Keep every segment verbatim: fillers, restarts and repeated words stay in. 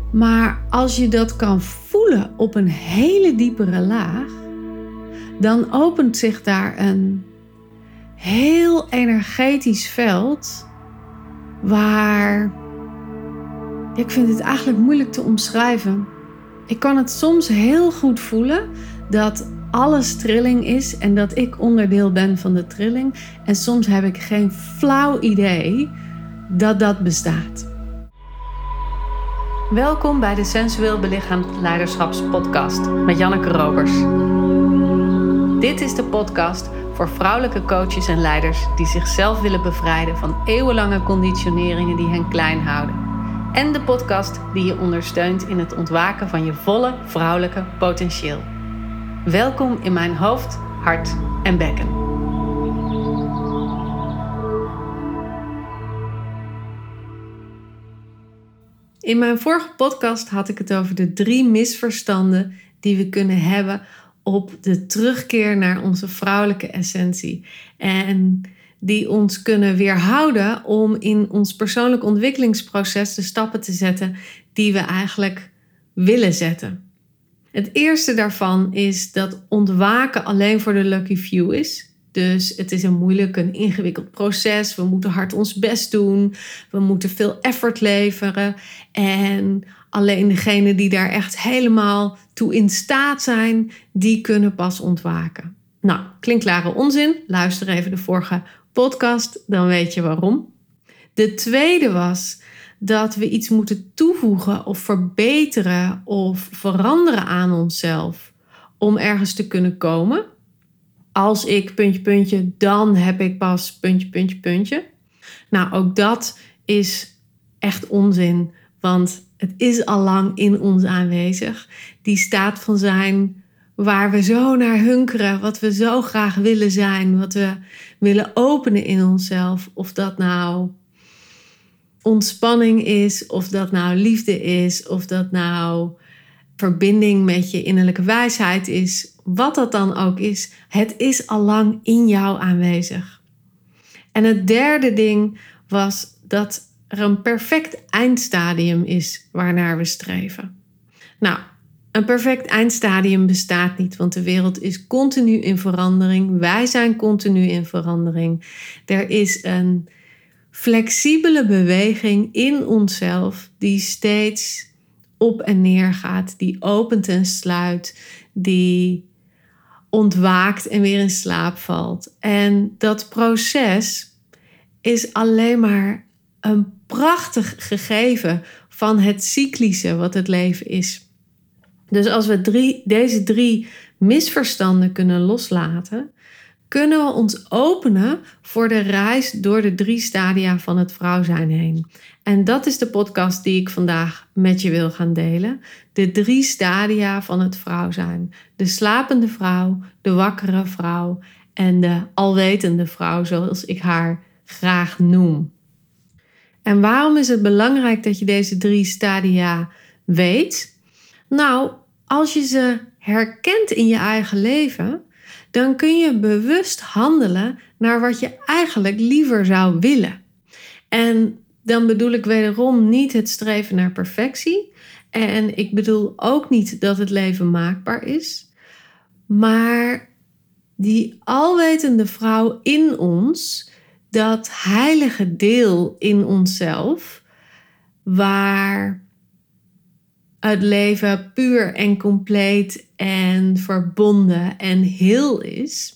Maar als je dat kan voelen op een hele diepere laag, dan opent zich daar een heel energetisch veld waar, ik vind het eigenlijk moeilijk te omschrijven. Ik kan het soms heel goed voelen dat alles trilling is en dat ik onderdeel ben van de trilling. En soms heb ik geen flauw idee dat dat bestaat. Welkom bij de Sensueel Belichaamd Leiderschapspodcast met Janneke Robers. Dit is de podcast voor vrouwelijke coaches en leiders die zichzelf willen bevrijden van eeuwenlange conditioneringen die hen klein houden. En de podcast die je ondersteunt in het ontwaken van je volle vrouwelijke potentieel. Welkom in mijn hoofd, hart en bekken. In mijn vorige podcast had ik het over de drie misverstanden die we kunnen hebben op de terugkeer naar onze vrouwelijke essentie. En die ons kunnen weerhouden om in ons persoonlijk ontwikkelingsproces de stappen te zetten die we eigenlijk willen zetten. Het eerste daarvan is dat ontwaken alleen voor de lucky few is. Dus het is een moeilijk, een ingewikkeld proces. We moeten hard ons best doen. We moeten veel effort leveren. En alleen degenen die daar echt helemaal toe in staat zijn, die kunnen pas ontwaken. Nou, klinkklare onzin. Luister even de vorige podcast, dan weet je waarom. De tweede was dat we iets moeten toevoegen of verbeteren of veranderen aan onszelf om ergens te kunnen komen. Als ik puntje, puntje, dan heb ik pas puntje, puntje, puntje. Nou, ook dat is echt onzin, want het is al lang in ons aanwezig. Die staat van zijn waar we zo naar hunkeren, wat we zo graag willen zijn, wat we willen openen in onszelf. Of dat nou ontspanning is, of dat nou liefde is, of dat nou verbinding met je innerlijke wijsheid is. Wat dat dan ook is, het is al lang in jou aanwezig. En het derde ding was dat er een perfect eindstadium is waarnaar we streven. Nou, een perfect eindstadium bestaat niet, want de wereld is continu in verandering. Wij zijn continu in verandering. Er is een flexibele beweging in onszelf die steeds op en neer gaat, die opent en sluit, die ontwaakt en weer in slaap valt. En dat proces is alleen maar een prachtig gegeven van het cyclische wat het leven is. Dus als we drie, deze drie misverstanden kunnen loslaten, kunnen we ons openen voor de reis door de drie stadia van het vrouw zijn heen. En dat is de podcast die ik vandaag met je wil gaan delen. De drie stadia van het vrouw zijn. De slapende vrouw, de wakkere vrouw en de alwetende vrouw, zoals ik haar graag noem. En waarom is het belangrijk dat je deze drie stadia weet? Nou, als je ze herkent in je eigen leven, dan kun je bewust handelen naar wat je eigenlijk liever zou willen. En dan bedoel ik wederom niet het streven naar perfectie. En ik bedoel ook niet dat het leven maakbaar is. Maar die alwetende vrouw in ons, dat heilige deel in onszelf, waar het leven puur en compleet en verbonden en heel is,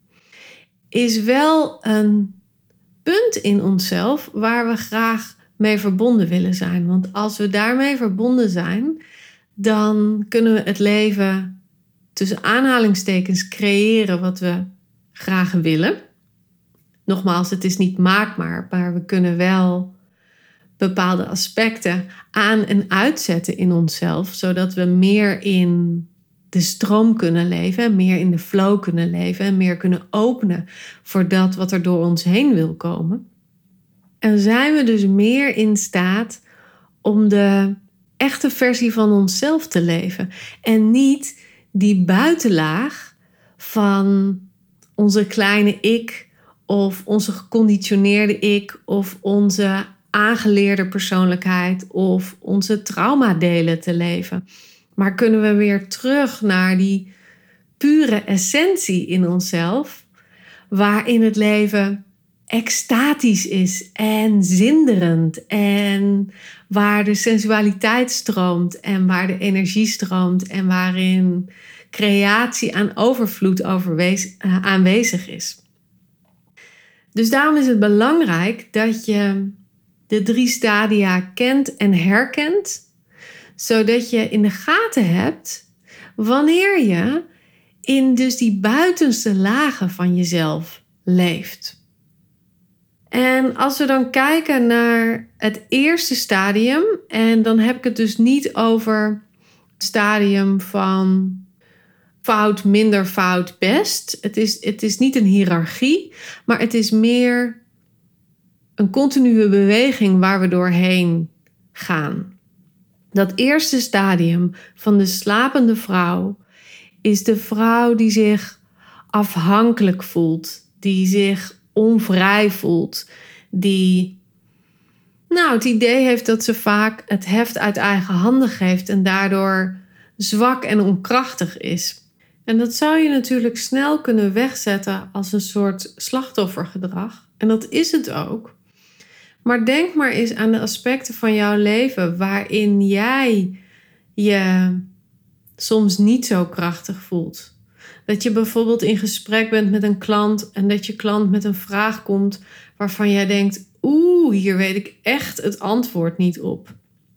is wel een punt in onszelf waar we graag mee verbonden willen zijn. Want als we daarmee verbonden zijn, dan kunnen we het leven tussen aanhalingstekens creëren wat we graag willen. Nogmaals, het is niet maakbaar, maar we kunnen wel bepaalde aspecten aan- en uitzetten in onszelf, zodat we meer in de stroom kunnen leven, meer in de flow kunnen leven en meer kunnen openen voor dat wat er door ons heen wil komen. En zijn we dus meer in staat om de echte versie van onszelf te leven en niet die buitenlaag van onze kleine ik of onze geconditioneerde ik of onze aangeleerde persoonlijkheid of onze traumadelen te leven. Maar kunnen we weer terug naar die pure essentie in onszelf, waarin het leven extatisch is en zinderend en waar de sensualiteit stroomt en waar de energie stroomt en waarin creatie aan overvloed overwees, uh, aanwezig is. Dus daarom is het belangrijk dat je de drie stadia kent en herkent, zodat je in de gaten hebt wanneer je in dus die buitenste lagen van jezelf leeft. En als we dan kijken naar het eerste stadium, en dan heb ik het dus niet over het stadium van fout, minder fout, best. Het is, het is niet een hiërarchie, maar het is meer een continue beweging waar we doorheen gaan. Dat eerste stadium van de slapende vrouw is de vrouw die zich afhankelijk voelt, die zich onvrij voelt, die nou, het idee heeft dat ze vaak het heft uit eigen handen geeft en daardoor zwak en onkrachtig is. En dat zou je natuurlijk snel kunnen wegzetten als een soort slachtoffergedrag. En dat is het ook. Maar denk maar eens aan de aspecten van jouw leven waarin jij je soms niet zo krachtig voelt. Dat je bijvoorbeeld in gesprek bent met een klant en dat je klant met een vraag komt waarvan jij denkt, oeh, hier weet ik echt het antwoord niet op.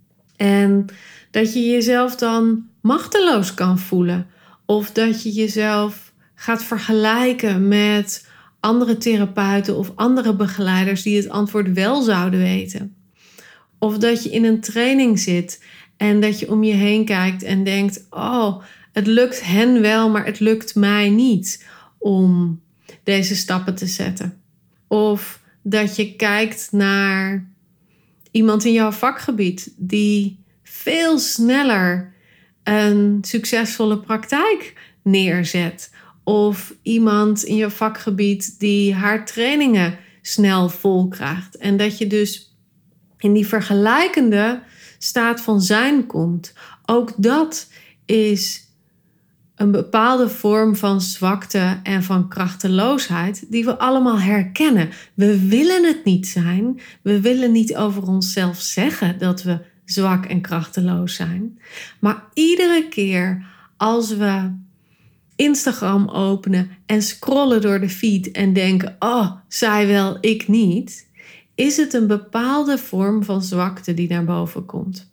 En dat je jezelf dan machteloos kan voelen. Of dat je jezelf gaat vergelijken met andere therapeuten of andere begeleiders die het antwoord wel zouden weten. Of dat je in een training zit en dat je om je heen kijkt en denkt, oh, het lukt hen wel, maar het lukt mij niet om deze stappen te zetten. Of dat je kijkt naar iemand in jouw vakgebied die veel sneller een succesvolle praktijk neerzet. Of iemand in je vakgebied die haar trainingen snel vol krijgt. En dat je dus in die vergelijkende staat van zijn komt. Ook dat is een bepaalde vorm van zwakte en van krachteloosheid die we allemaal herkennen. We willen het niet zijn. We willen niet over onszelf zeggen dat we zwak en krachteloos zijn. Maar iedere keer als we Instagram openen en scrollen door de feed en denken, oh, zij wel, ik niet, is het een bepaalde vorm van zwakte die naar boven komt.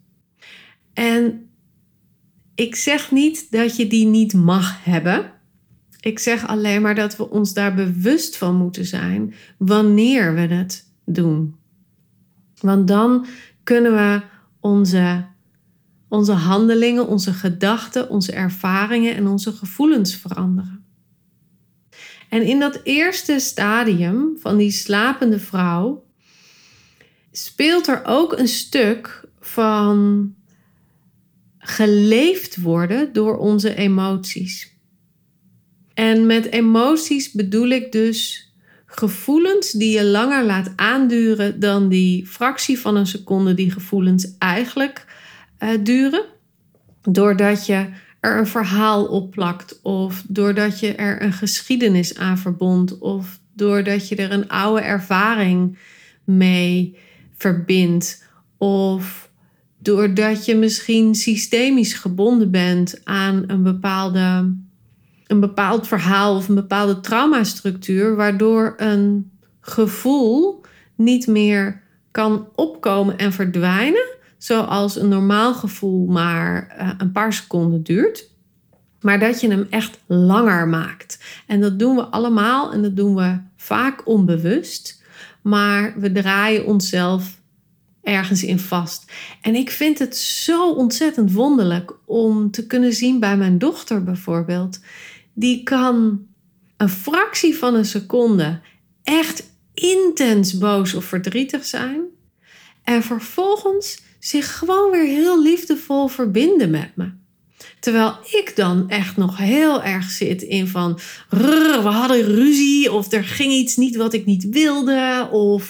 En ik zeg niet dat je die niet mag hebben. Ik zeg alleen maar dat we ons daar bewust van moeten zijn wanneer we het doen. Want dan kunnen we onze, onze handelingen, onze gedachten, onze ervaringen en onze gevoelens veranderen. En in dat eerste stadium van die slapende vrouw speelt er ook een stuk van geleefd worden door onze emoties. En met emoties bedoel ik dus gevoelens die je langer laat aanduren dan die fractie van een seconde die gevoelens eigenlijk uh, duren. Doordat je er een verhaal op plakt of doordat je er een geschiedenis aan verbondt of doordat je er een oude ervaring mee verbindt of doordat je misschien systemisch gebonden bent aan een, bepaalde, een bepaald verhaal of een bepaalde traumastructuur, waardoor een gevoel niet meer kan opkomen en verdwijnen, zoals een normaal gevoel maar uh, een paar seconden duurt, maar dat je hem echt langer maakt. En dat doen we allemaal en dat doen we vaak onbewust, maar we draaien onszelf ergens in vast. En ik vind het zo ontzettend wonderlijk om te kunnen zien bij mijn dochter bijvoorbeeld. Die kan een fractie van een seconde echt intens boos of verdrietig zijn. En vervolgens zich gewoon weer heel liefdevol verbinden met me. Terwijl ik dan echt nog heel erg zit in van, rrr, we hadden ruzie of er ging iets niet wat ik niet wilde of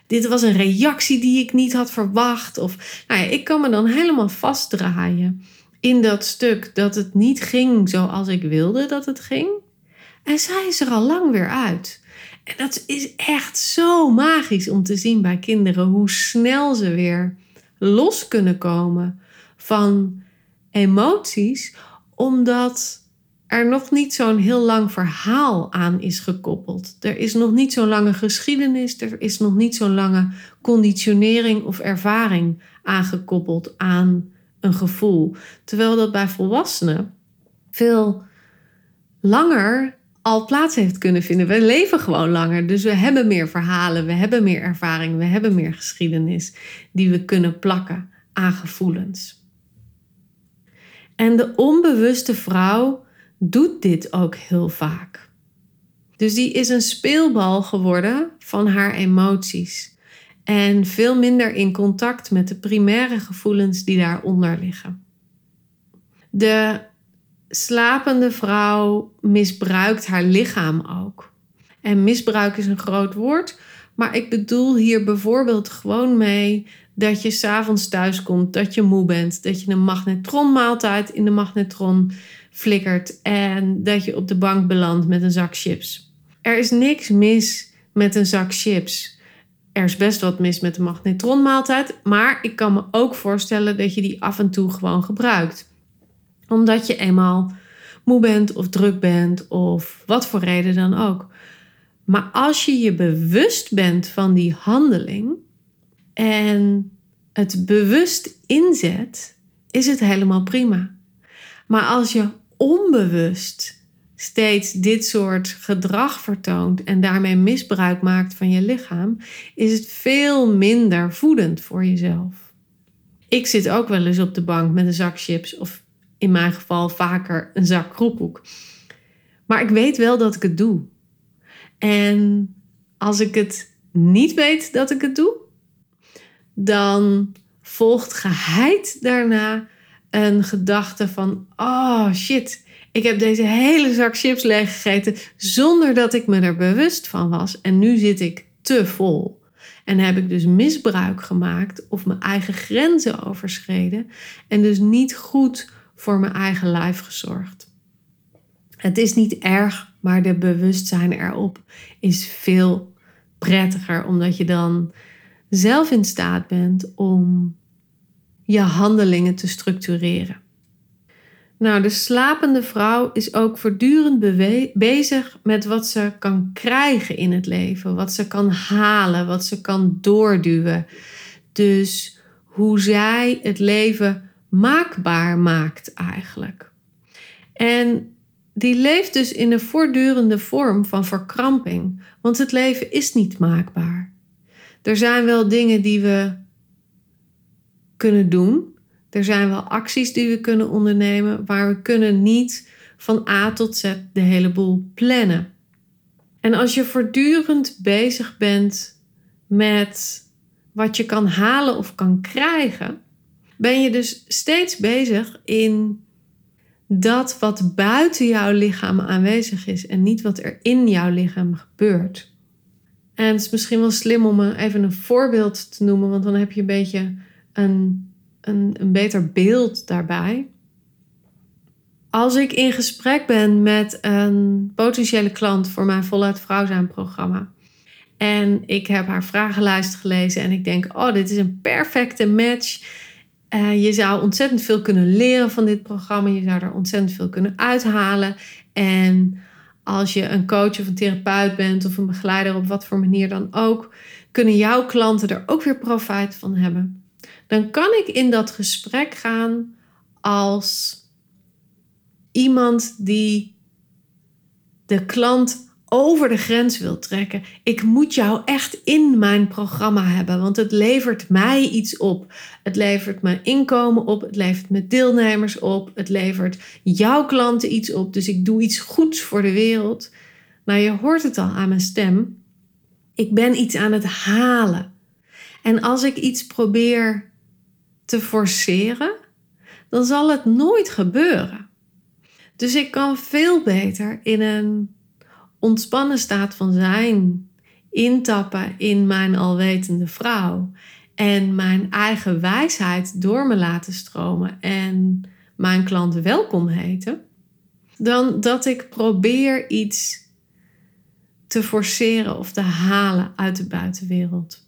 dit was een reactie die ik niet had verwacht. Of, nou ja, ik kan me dan helemaal vastdraaien in dat stuk dat het niet ging zoals ik wilde dat het ging. En zij is er al lang weer uit. En dat is echt zo magisch om te zien bij kinderen hoe snel ze weer los kunnen komen van emoties, omdat er nog niet zo'n heel lang verhaal aan is gekoppeld. Er is nog niet zo'n lange geschiedenis, er is nog niet zo'n lange conditionering of ervaring aangekoppeld aan een gevoel. Terwijl dat bij volwassenen veel langer al plaats heeft kunnen vinden. We leven gewoon langer, dus we hebben meer verhalen, we hebben meer ervaring, we hebben meer geschiedenis die we kunnen plakken aan gevoelens. En de onbewuste vrouw doet dit ook heel vaak. Dus die is een speelbal geworden van haar emoties en veel minder in contact met de primaire gevoelens die daaronder liggen. De slapende vrouw misbruikt haar lichaam ook. En misbruik is een groot woord, maar ik bedoel hier bijvoorbeeld gewoon mee dat je 's avonds thuis komt, dat je moe bent, dat je een magnetronmaaltijd in de magnetron flikkert en dat je op de bank belandt met een zak chips. Er is niks mis met een zak chips. Er is best wat mis met de magnetronmaaltijd, maar ik kan me ook voorstellen dat je die af en toe gewoon gebruikt. Omdat je eenmaal moe bent of druk bent of wat voor reden dan ook. Maar als je je bewust bent van die handeling en het bewust inzet, is het helemaal prima. Maar als je onbewust steeds dit soort gedrag vertoont en daarmee misbruik maakt van je lichaam, is het veel minder voedend voor jezelf. Ik zit ook wel eens op de bank met een zak chips of in mijn geval vaker een zak kroephoek. Maar ik weet wel dat ik het doe. En als ik het niet weet dat ik het doe, dan volgt geheid daarna een gedachte van, oh shit, ik heb deze hele zak chips leeggegeten zonder dat ik me er bewust van was. En nu zit ik te vol. En heb ik dus misbruik gemaakt of mijn eigen grenzen overschreden en dus niet goed voor mijn eigen lijf gezorgd. Het is niet erg, maar de bewustzijn erop is veel prettiger, omdat je dan zelf in staat bent om je handelingen te structureren. Nou, de slapende vrouw is ook voortdurend bewe- bezig met wat ze kan krijgen in het leven, wat ze kan halen, wat ze kan doorduwen. Dus hoe zij het leven maakbaar maakt eigenlijk. En die leeft dus in een voortdurende vorm van verkramping, want het leven is niet maakbaar. Er zijn wel dingen die we kunnen doen. Er zijn wel acties die we kunnen ondernemen, maar we kunnen niet van A tot Z de hele boel plannen. En als je voortdurend bezig bent met wat je kan halen of kan krijgen, ben je dus steeds bezig in dat wat buiten jouw lichaam aanwezig is en niet wat er in jouw lichaam gebeurt. En het is misschien wel slim om even een voorbeeld te noemen, want dan heb je een beetje een, een, een beter beeld daarbij. Als ik in gesprek ben met een potentiële klant voor mijn Voluit Vrouw Zijn programma en ik heb haar vragenlijst gelezen en ik denk, oh, dit is een perfecte match. Uh, je zou ontzettend veel kunnen leren van dit programma. Je zou er ontzettend veel kunnen uithalen. En als je een coach of een therapeut bent of een begeleider op wat voor manier dan ook, kunnen jouw klanten er ook weer profijt van hebben. Dan kan ik in dat gesprek gaan als iemand die de klant over de grens wil trekken. Ik moet jou echt in mijn programma hebben, want het levert mij iets op. Het levert me inkomen op, het levert me deelnemers op, het levert jouw klanten iets op, dus ik doe iets goeds voor de wereld. Nou, je hoort het al aan mijn stem. Ik ben iets aan het halen. En als ik iets probeer te forceren, dan zal het nooit gebeuren. Dus ik kan veel beter in een ontspannen staat van zijn, intappen in mijn alwetende vrouw en mijn eigen wijsheid door me laten stromen en mijn klanten welkom heten, dan dat ik probeer iets te forceren of te halen uit de buitenwereld.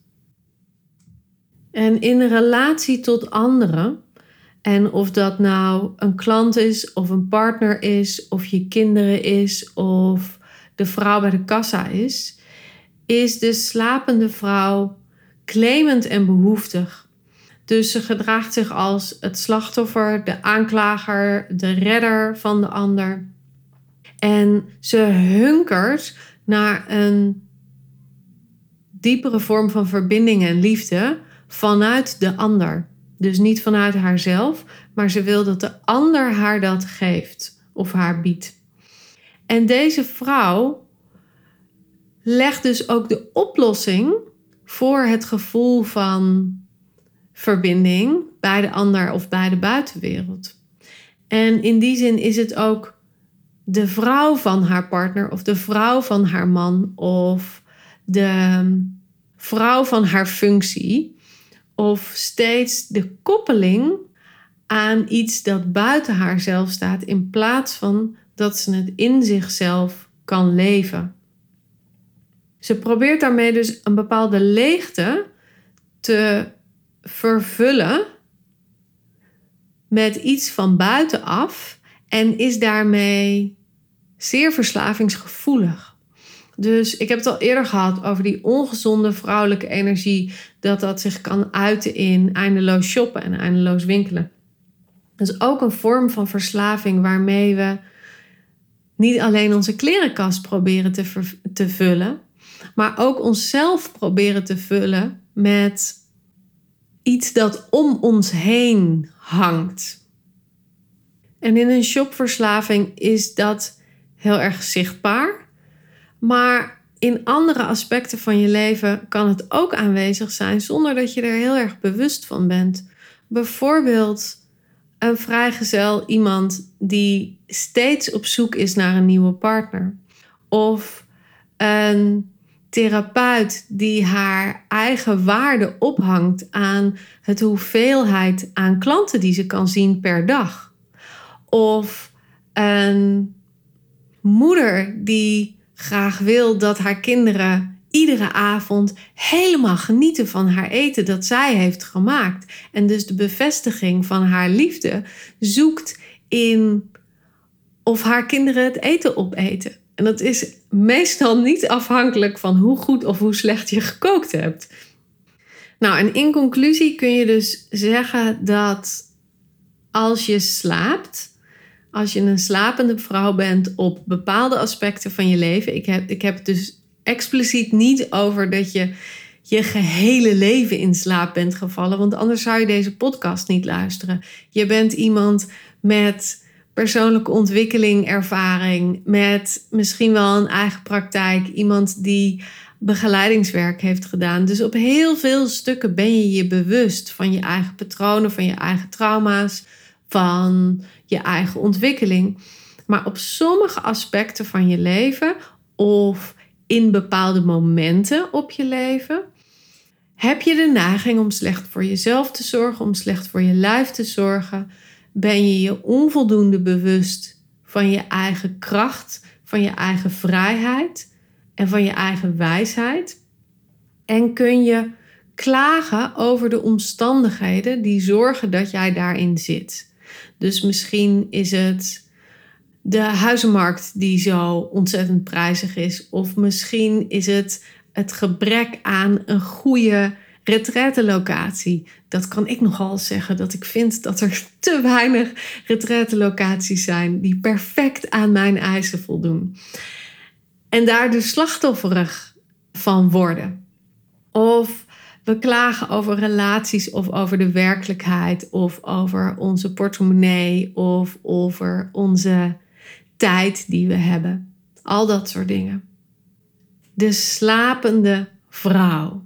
En in relatie tot anderen, en of dat nou een klant is of een partner is of je kinderen is of de vrouw bij de kassa is, is de slapende vrouw claimend en behoeftig. Dus ze gedraagt zich als het slachtoffer, de aanklager, de redder van de ander. En ze hunkert naar een diepere vorm van verbinding en liefde vanuit de ander. Dus niet vanuit haarzelf, maar ze wil dat de ander haar dat geeft of haar biedt. En deze vrouw legt dus ook de oplossing voor het gevoel van verbinding bij de ander of bij de buitenwereld. En in die zin is het ook de vrouw van haar partner of de vrouw van haar man of de vrouw van haar functie of steeds de koppeling aan iets dat buiten haarzelf staat in plaats van dat ze het in zichzelf kan leven. Ze probeert daarmee dus een bepaalde leegte te vervullen met iets van buitenaf en is daarmee zeer verslavingsgevoelig. Dus ik heb het al eerder gehad over die ongezonde vrouwelijke energie, dat dat zich kan uiten in eindeloos shoppen en eindeloos winkelen. Dat is ook een vorm van verslaving waarmee we niet alleen onze klerenkast proberen te, ver- te vullen, maar ook onszelf proberen te vullen met iets dat om ons heen hangt. En in een shopverslaving is dat heel erg zichtbaar. Maar in andere aspecten van je leven kan het ook aanwezig zijn zonder dat je er heel erg bewust van bent. Bijvoorbeeld een vrijgezel, iemand die steeds op zoek is naar een nieuwe partner. Of een therapeut die haar eigen waarde ophangt aan het hoeveelheid aan klanten die ze kan zien per dag. Of een moeder die graag wil dat haar kinderen iedere avond helemaal genieten van haar eten dat zij heeft gemaakt. En dus de bevestiging van haar liefde zoekt in of haar kinderen het eten opeten. En dat is meestal niet afhankelijk van hoe goed of hoe slecht je gekookt hebt. Nou, en in conclusie kun je dus zeggen dat als je slaapt, als je een slapende vrouw bent op bepaalde aspecten van je leven. Ik heb, ik heb het dus expliciet niet over dat je je gehele leven in slaap bent gevallen. Want anders zou je deze podcast niet luisteren. Je bent iemand met persoonlijke ontwikkeling, ervaring. Met misschien wel een eigen praktijk. Iemand die begeleidingswerk heeft gedaan. Dus op heel veel stukken ben je je bewust van je eigen patronen, van je eigen trauma's, van je eigen ontwikkeling. Maar op sommige aspecten van je leven of in bepaalde momenten op je leven heb je de neiging om slecht voor jezelf te zorgen, om slecht voor je lijf te zorgen. Ben je je onvoldoende bewust van je eigen kracht, van je eigen vrijheid en van je eigen wijsheid. En kun je klagen over de omstandigheden die zorgen dat jij daarin zit. Dus misschien is het de huizenmarkt die zo ontzettend prijzig is. Of misschien is het het gebrek aan een goede retraitelocatie. Dat kan ik nogal zeggen, dat ik vind dat er te weinig retraitelocaties zijn die perfect aan mijn eisen voldoen. En daar dus slachtofferig van worden. Of we klagen over relaties of over de werkelijkheid of over onze portemonnee of over onze tijd die we hebben. Al dat soort dingen. De slapende vrouw.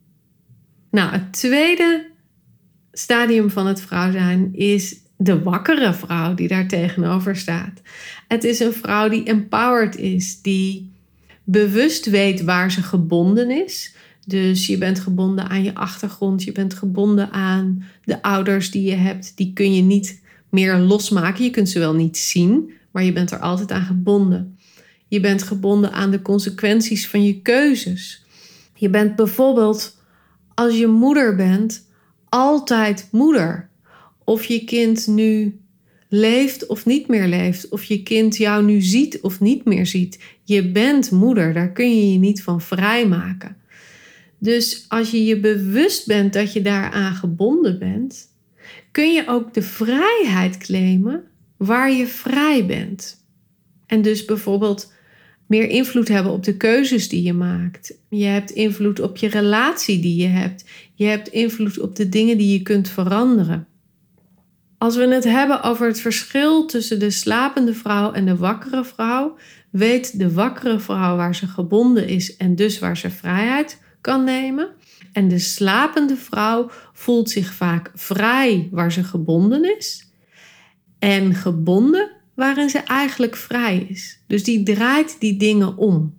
Nou, het tweede stadium van het vrouw zijn is de wakkere vrouw die daar tegenover staat. Het is een vrouw die empowered is, die bewust weet waar ze gebonden is. Dus je bent gebonden aan je achtergrond. Je bent gebonden aan de ouders die je hebt. Die kun je niet meer losmaken. Je kunt ze wel niet zien, maar je bent er altijd aan gebonden. Je bent gebonden aan de consequenties van je keuzes. Je bent bijvoorbeeld, als je moeder bent, altijd moeder. Of je kind nu leeft of niet meer leeft. Of je kind jou nu ziet of niet meer ziet. Je bent moeder, daar kun je je niet van vrijmaken. Dus als je je bewust bent dat je daaraan gebonden bent, kun je ook de vrijheid claimen waar je vrij bent. En dus bijvoorbeeld meer invloed hebben op de keuzes die je maakt. Je hebt invloed op je relatie die je hebt. Je hebt invloed op de dingen die je kunt veranderen. Als we het hebben over het verschil tussen de slapende vrouw en de wakkere vrouw, weet de wakkere vrouw waar ze gebonden is en dus waar ze vrijheid kan nemen. En de slapende vrouw voelt zich vaak vrij waar ze gebonden is en gebonden waarin ze eigenlijk vrij is. Dus die draait die dingen om.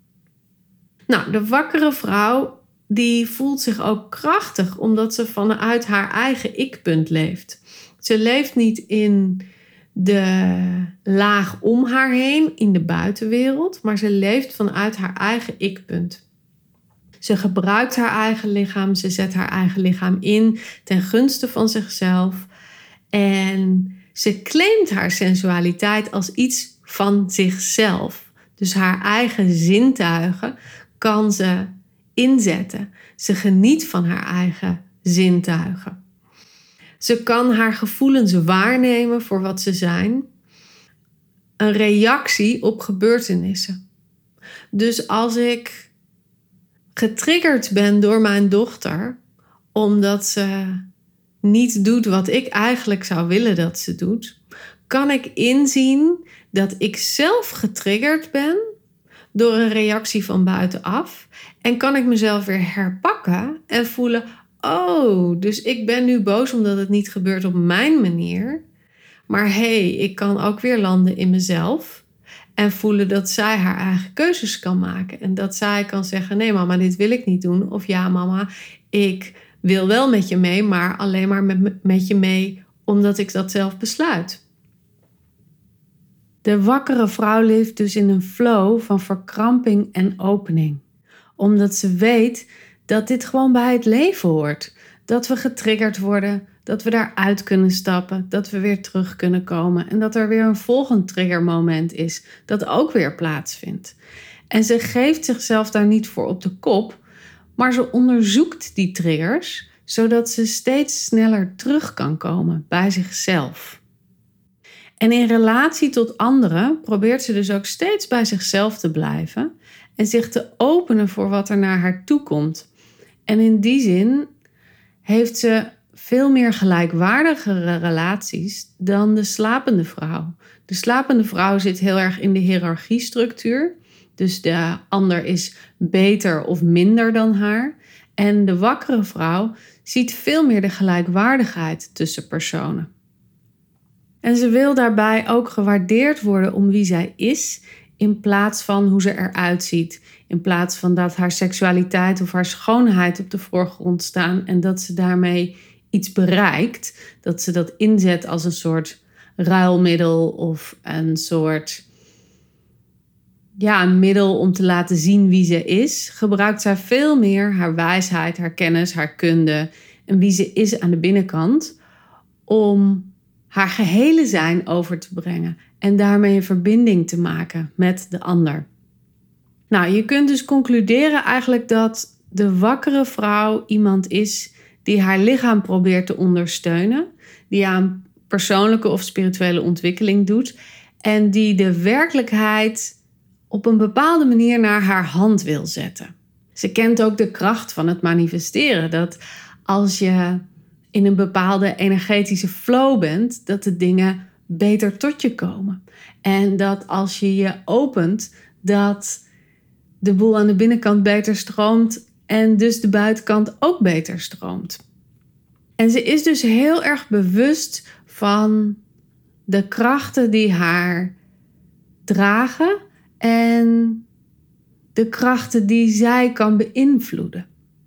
Nou, de wakkere vrouw die voelt zich ook krachtig omdat ze vanuit haar eigen ik-punt leeft. Ze leeft niet in de laag om haar heen, in de buitenwereld, maar ze leeft vanuit haar eigen ik-punt. Ze gebruikt haar eigen lichaam, ze zet haar eigen lichaam in ten gunste van zichzelf. En ze claimt haar sensualiteit als iets van zichzelf. Dus haar eigen zintuigen kan ze inzetten. Ze geniet van haar eigen zintuigen. Ze kan haar gevoelens waarnemen voor wat ze zijn. Een reactie op gebeurtenissen. Dus als ik getriggerd ben door mijn dochter, omdat ze niet doet wat ik eigenlijk zou willen dat ze doet, kan ik inzien dat ik zelf getriggerd ben door een reactie van buitenaf. En kan ik mezelf weer herpakken en voelen, oh, dus ik ben nu boos omdat het niet gebeurt op mijn manier. Maar hé, hey, ik kan ook weer landen in mezelf. En voelen dat zij haar eigen keuzes kan maken. En dat zij kan zeggen, nee mama, dit wil ik niet doen. Of ja mama, ik wil wel met je mee, maar alleen maar met, met je mee omdat ik dat zelf besluit. De wakkere vrouw leeft dus in een flow van verkramping en opening. Omdat ze weet dat dit gewoon bij het leven hoort. Dat we getriggerd worden, dat we daaruit kunnen stappen, dat we weer terug kunnen komen. En dat er weer een volgend triggermoment is dat ook weer plaatsvindt. En ze geeft zichzelf daar niet voor op de kop, maar ze onderzoekt die triggers, zodat ze steeds sneller terug kan komen bij zichzelf. En in relatie tot anderen probeert ze dus ook steeds bij zichzelf te blijven en zich te openen voor wat er naar haar toe komt. En in die zin heeft ze veel meer gelijkwaardigere relaties dan de slapende vrouw. De slapende vrouw zit heel erg in de hiërarchiestructuur. Dus de ander is beter of minder dan haar. En de wakkere vrouw ziet veel meer de gelijkwaardigheid tussen personen. En ze wil daarbij ook gewaardeerd worden om wie zij is, in plaats van hoe ze eruit ziet. In plaats van dat haar seksualiteit of haar schoonheid op de voorgrond staan en dat ze daarmee iets bereikt. Dat ze dat inzet als een soort ruilmiddel of een soort ja, een middel om te laten zien wie ze is. Gebruikt zij veel meer haar wijsheid, haar kennis, haar kunde en wie ze is aan de binnenkant om haar gehele zijn over te brengen en daarmee een verbinding te maken met de ander. Nou, je kunt dus concluderen eigenlijk dat de wakkere vrouw iemand is die haar lichaam probeert te ondersteunen, die aan persoonlijke of spirituele ontwikkeling doet en die de werkelijkheid op een bepaalde manier naar haar hand wil zetten. Ze kent ook de kracht van het manifesteren, dat als je in een bepaalde energetische flow bent, dat de dingen beter tot je komen. En dat als je je opent, dat de boel aan de binnenkant beter stroomt en dus de buitenkant ook beter stroomt. En ze is dus heel erg bewust van de krachten die haar dragen en de krachten die zij kan beïnvloeden.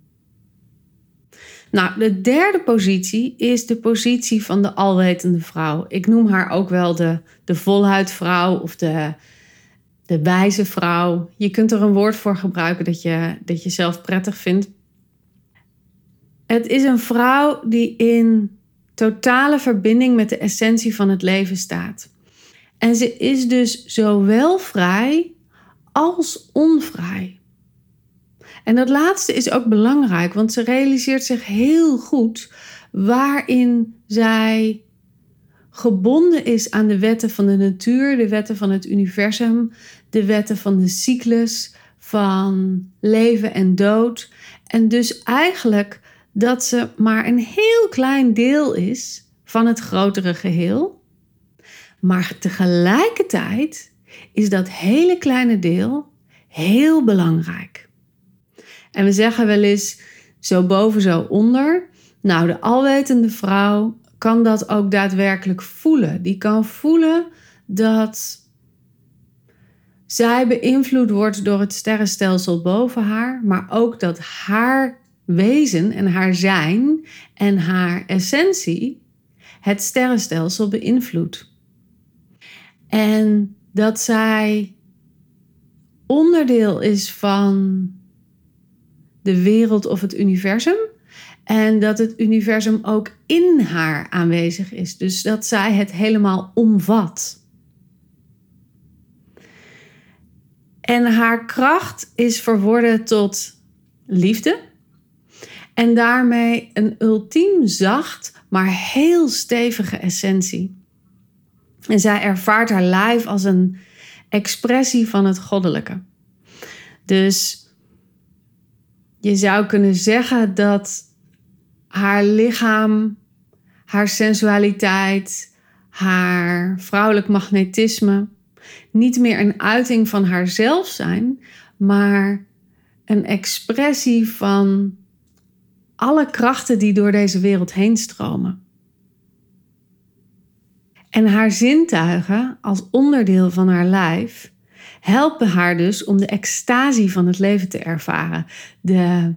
Nou, de derde positie is de positie van de alwetende vrouw. Ik noem haar ook wel de, de voluitvrouw of de, de wijze vrouw. Je kunt er een woord voor gebruiken dat je, dat je zelf prettig vindt. Het is een vrouw die in totale verbinding met de essentie van het leven staat. En ze is dus zowel vrij als onvrij. En dat laatste is ook belangrijk, want ze realiseert zich heel goed waarin zij gebonden is aan de wetten van de natuur, de wetten van het universum, de wetten van de cyclus, van leven en dood. En dus eigenlijk dat ze maar een heel klein deel is van het grotere geheel. Maar tegelijkertijd is dat hele kleine deel heel belangrijk. En we zeggen wel eens zo boven, zo onder. Nou, de alwetende vrouw kan dat ook daadwerkelijk voelen. Die kan voelen dat zij beïnvloed wordt door het sterrenstelsel boven haar, maar ook dat haar wezen en haar zijn en haar essentie het sterrenstelsel beïnvloedt. En dat zij onderdeel is van de wereld of het universum. En dat het universum ook in haar aanwezig is. Dus dat zij het helemaal omvat. En haar kracht is verworden tot liefde. En daarmee een ultiem zacht, maar heel stevige essentie. En zij ervaart haar lijf als een expressie van het goddelijke. Dus je zou kunnen zeggen dat haar lichaam, haar sensualiteit, haar vrouwelijk magnetisme niet meer een uiting van haarzelf zijn, maar een expressie van alle krachten die door deze wereld heen stromen. En haar zintuigen, als onderdeel van haar lijf, helpen haar dus om de extasie van het leven te ervaren. De,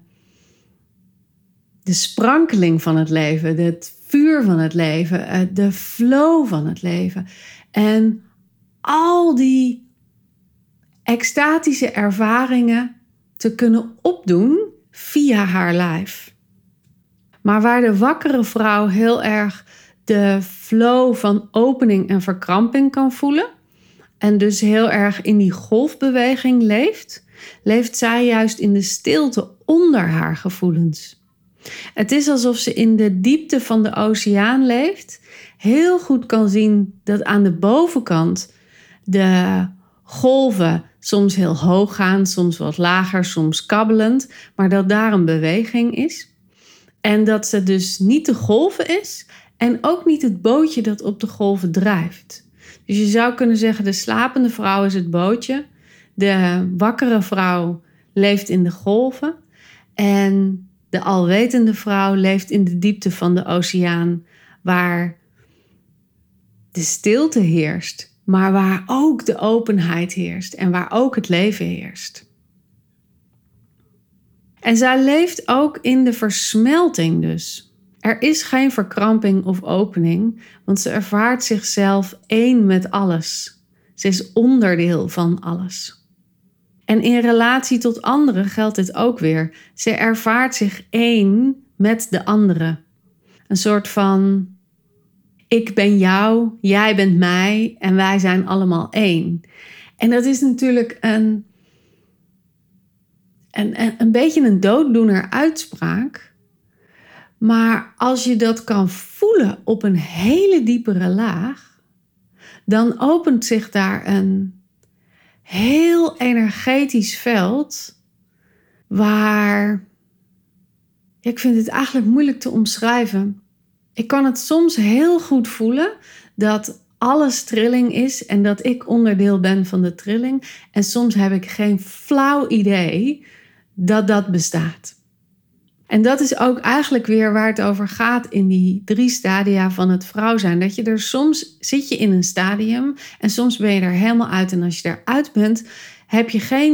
de sprankeling van het leven, het vuur van het leven, de flow van het leven. En al die extatische ervaringen te kunnen opdoen via haar lijf. Maar waar de wakkere vrouw heel erg de flow van opening en verkramping kan voelen en dus heel erg in die golfbeweging leeft, leeft zij juist in de stilte onder haar gevoelens. Het is alsof ze in de diepte van de oceaan leeft, heel goed kan zien dat aan de bovenkant de golven soms heel hoog gaan, soms wat lager, soms kabbelend, maar dat daar een beweging is. En dat ze dus niet de golven is en ook niet het bootje dat op de golven drijft. Dus je zou kunnen zeggen, de slapende vrouw is het bootje. De wakkere vrouw leeft in de golven. En de alwetende vrouw leeft in de diepte van de oceaan, waar de stilte heerst, maar waar ook de openheid heerst en waar ook het leven heerst. En zij leeft ook in de versmelting dus. Er is geen verkramping of opening, want ze ervaart zichzelf één met alles. Ze is onderdeel van alles. En in relatie tot anderen geldt dit ook weer. Ze ervaart zich één met de andere. Een soort van, ik ben jou, jij bent mij en wij zijn allemaal één. En dat is natuurlijk een, een, een beetje een dooddoener uitspraak. Maar als je dat kan voelen op een hele diepere laag, dan opent zich daar een heel energetisch veld waar, ik vind het eigenlijk moeilijk te omschrijven. Ik kan het soms heel goed voelen dat alles trilling is en dat ik onderdeel ben van de trilling. En soms heb ik geen flauw idee dat dat bestaat. En dat is ook eigenlijk weer waar het over gaat in die drie stadia van het vrouw zijn. Dat je er soms zit je in een stadium en soms ben je er helemaal uit. En als je eruit bent, heb je geen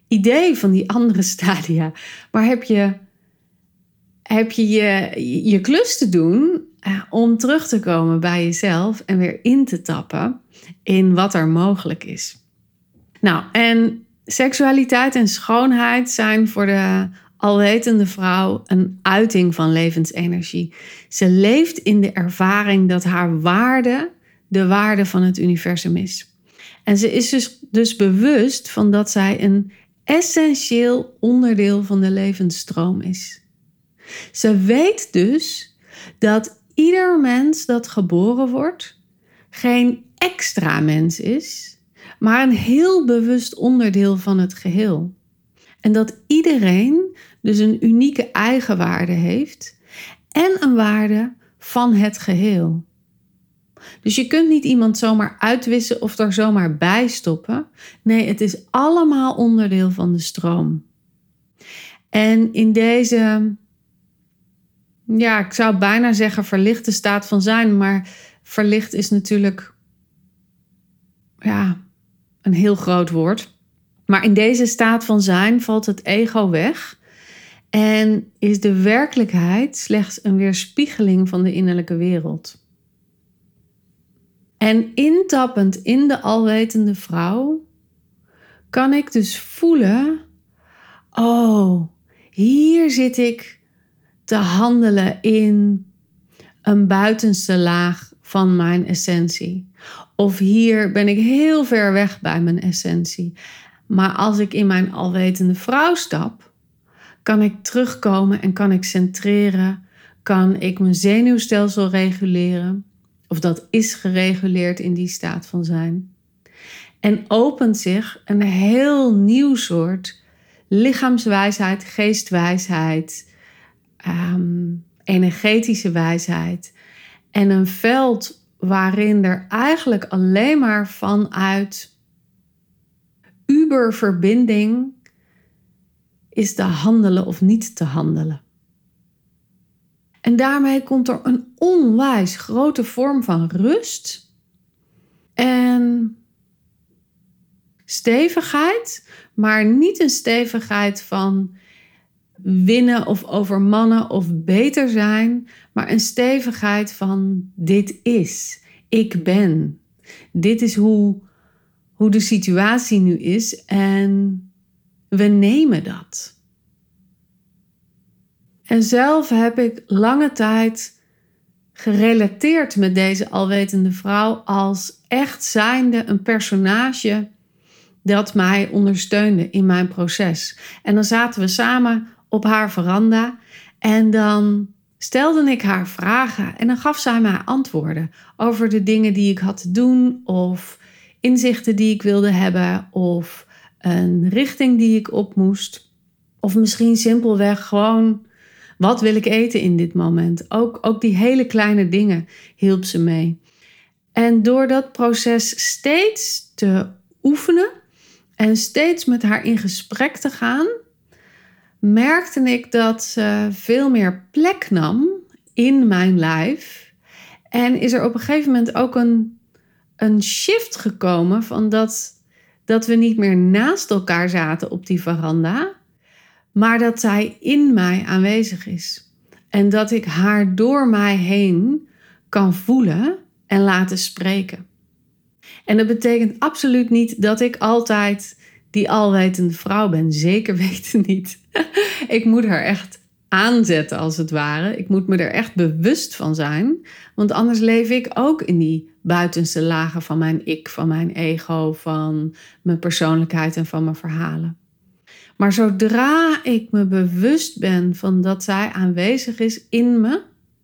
idee van die andere stadia. Maar heb je heb je, je je klus te doen uh, om terug te komen bij jezelf en weer in te tappen in wat er mogelijk is. Nou, en seksualiteit en schoonheid zijn voor de alwetende vrouw een uiting van levensenergie. Ze leeft in de ervaring dat haar waarde de waarde van het universum is. En ze is dus, dus bewust van dat zij een essentieel onderdeel van de levensstroom is. Ze weet dus dat ieder mens dat geboren wordt geen extra mens is, maar een heel bewust onderdeel van het geheel. En dat iedereen dus een unieke eigenwaarde heeft en een waarde van het geheel. Dus je kunt niet iemand zomaar uitwissen of er zomaar bij stoppen. Nee, het is allemaal onderdeel van de stroom. En in deze, ja, ik zou bijna zeggen verlichte staat van zijn, maar verlicht is natuurlijk, ja, een heel groot woord. Maar in deze staat van zijn valt het ego weg en is de werkelijkheid slechts een weerspiegeling van de innerlijke wereld. En intappend in de alwetende vrouw kan ik dus voelen, oh, hier zit ik te handelen in een buitenste laag van mijn essentie. Of hier ben ik heel ver weg bij mijn essentie. Maar als ik in mijn alwetende vrouw stap, kan ik terugkomen en kan ik centreren, kan ik mijn zenuwstelsel reguleren. Of dat is gereguleerd in die staat van zijn. En opent zich een heel nieuw soort lichaamswijsheid, geestwijsheid, um, energetische wijsheid. En een veld waarin er eigenlijk alleen maar vanuit uberverbinding is te handelen of niet te handelen. En daarmee komt er een onwijs grote vorm van rust en stevigheid, maar niet een stevigheid van winnen of overmannen of beter zijn, maar een stevigheid van dit is, ik ben. Dit is hoe, hoe de situatie nu is en we nemen dat. En zelf heb ik lange tijd gerelateerd met deze alwetende vrouw als echt zijnde een personage dat mij ondersteunde in mijn proces. En dan zaten we samen op haar veranda en dan stelde ik haar vragen en dan gaf zij mij antwoorden over de dingen die ik had te doen of inzichten die ik wilde hebben of een richting die ik op moest. Of misschien simpelweg gewoon, wat wil ik eten in dit moment? Ook, ook die hele kleine dingen hielp ze mee. En door dat proces steeds te oefenen en steeds met haar in gesprek te gaan, merkte ik dat ze veel meer plek nam in mijn lijf. En is er op een gegeven moment ook een, een shift gekomen van dat, dat we niet meer naast elkaar zaten op die veranda, maar dat zij in mij aanwezig is. En dat ik haar door mij heen kan voelen en laten spreken. En dat betekent absoluut niet dat ik altijd die alwetende vrouw ben. Zeker weten niet. Ik moet haar echt aanzetten als het ware. Ik moet me er echt bewust van zijn. Want anders leef ik ook in die buitenste lagen van mijn ik, van mijn ego, van mijn persoonlijkheid en van mijn verhalen. Maar zodra ik me bewust ben van dat zij aanwezig is in me,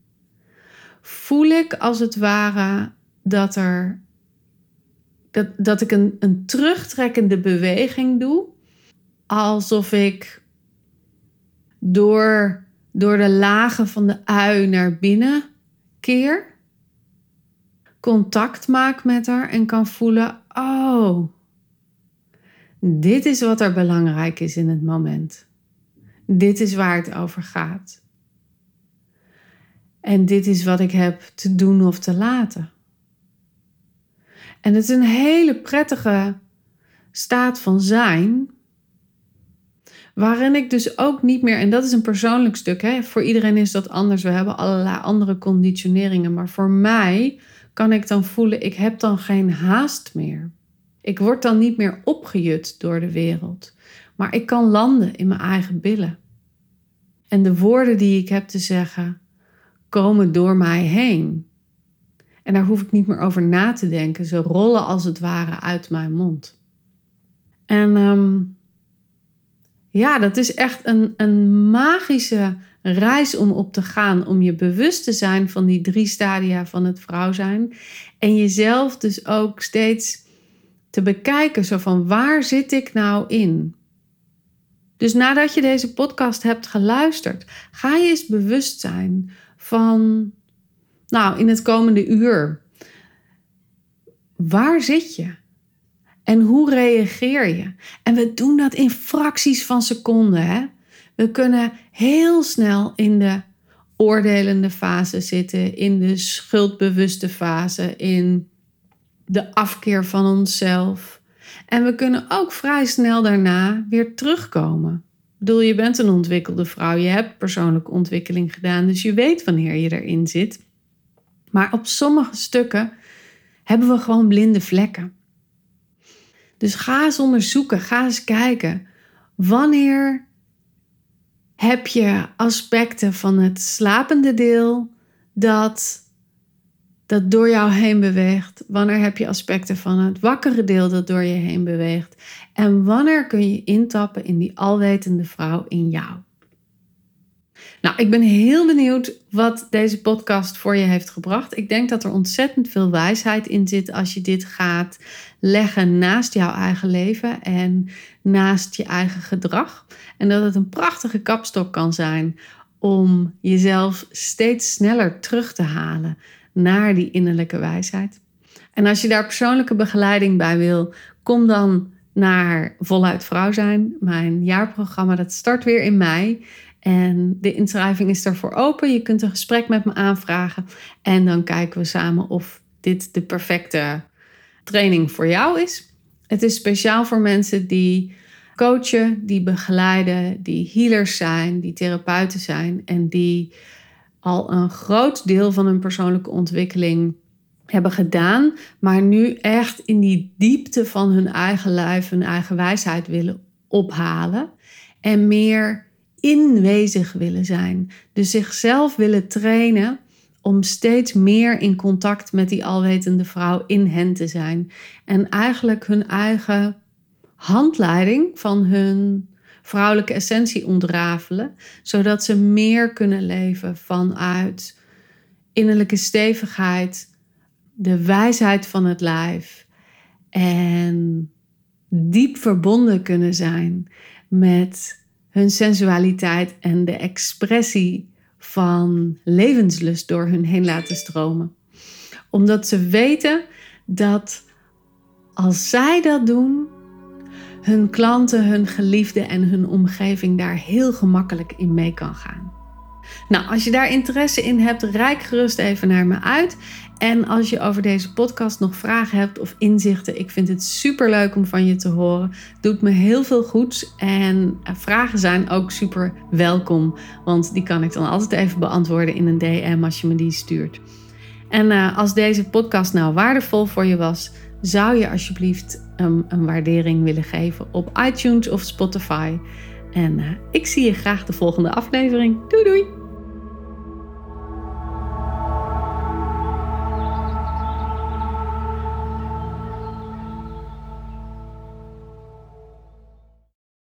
voel ik als het ware dat, er, dat, dat ik een, een terugtrekkende beweging doe. Alsof ik door, door de lagen van de ui naar binnen keer. Contact maak met haar en kan voelen, oh, dit is wat er belangrijk is in het moment. Dit is waar het over gaat. En dit is wat ik heb te doen of te laten. En het is een hele prettige staat van zijn. Waarin ik dus ook niet meer, en dat is een persoonlijk stuk, hè? Voor iedereen is dat anders. We hebben allerlei andere conditioneringen. Maar voor mij kan ik dan voelen, ik heb dan geen haast meer. Ik word dan niet meer opgejut door de wereld. Maar ik kan landen in mijn eigen billen. En de woorden die ik heb te zeggen, komen door mij heen. En daar hoef ik niet meer over na te denken. Ze rollen als het ware uit mijn mond. En um, ja, dat is echt een, een magische reis om op te gaan. Om je bewust te zijn van die drie stadia van het vrouw zijn. En jezelf dus ook steeds te bekijken. Zo van, waar zit ik nou in? Dus nadat je deze podcast hebt geluisterd, ga je eens bewust zijn van, nou, in het komende uur. Waar zit je? En hoe reageer je? En we doen dat in fracties van seconden. Hè? We kunnen heel snel in de oordelende fase zitten, in de schuldbewuste fase, in de afkeer van onszelf. En we kunnen ook vrij snel daarna weer terugkomen. Ik bedoel, je bent een ontwikkelde vrouw, je hebt persoonlijke ontwikkeling gedaan, dus je weet wanneer je erin zit. Maar op sommige stukken hebben we gewoon blinde vlekken. Dus ga eens onderzoeken, ga eens kijken. Wanneer heb je aspecten van het slapende deel dat, dat door jou heen beweegt? Wanneer heb je aspecten van het wakkere deel dat door je heen beweegt? En wanneer kun je intappen in die alwetende vrouw in jou? Nou, ik ben heel benieuwd wat deze podcast voor je heeft gebracht. Ik denk dat er ontzettend veel wijsheid in zit als je dit gaat leggen naast jouw eigen leven en naast je eigen gedrag. En dat het een prachtige kapstok kan zijn om jezelf steeds sneller terug te halen naar die innerlijke wijsheid. En als je daar persoonlijke begeleiding bij wil, kom dan naar Voluit Vrouw Zijn, mijn jaarprogramma. Dat start weer in mei. En de inschrijving is daarvoor open. Je kunt een gesprek met me aanvragen. En dan kijken we samen of dit de perfecte training voor jou is. Het is speciaal voor mensen die coachen, die begeleiden, die healers zijn, die therapeuten zijn. En die al een groot deel van hun persoonlijke ontwikkeling hebben gedaan. Maar nu echt in die diepte van hun eigen lijf, hun eigen wijsheid willen ophalen. En meer inwezig willen zijn. Dus zichzelf willen trainen om steeds meer in contact met die alwetende vrouw in hen te zijn. En eigenlijk hun eigen handleiding van hun vrouwelijke essentie ontrafelen. Zodat ze meer kunnen leven vanuit innerlijke stevigheid, de wijsheid van het lijf. En diep verbonden kunnen zijn met hun sensualiteit en de expressie van levenslust door hun heen laten stromen. Omdat ze weten dat als zij dat doen, hun klanten, hun geliefden en hun omgeving daar heel gemakkelijk in mee kan gaan. Nou, als je daar interesse in hebt, reik gerust even naar me uit. En als je over deze podcast nog vragen hebt of inzichten, ik vind het super leuk om van je te horen. Doet me heel veel goeds en vragen zijn ook super welkom. Want die kan ik dan altijd even beantwoorden in een D M als je me die stuurt. En uh, als deze podcast nou waardevol voor je was, zou je alsjeblieft um, een waardering willen geven op iTunes of Spotify. En uh, ik zie je graag de volgende aflevering. Doei doei!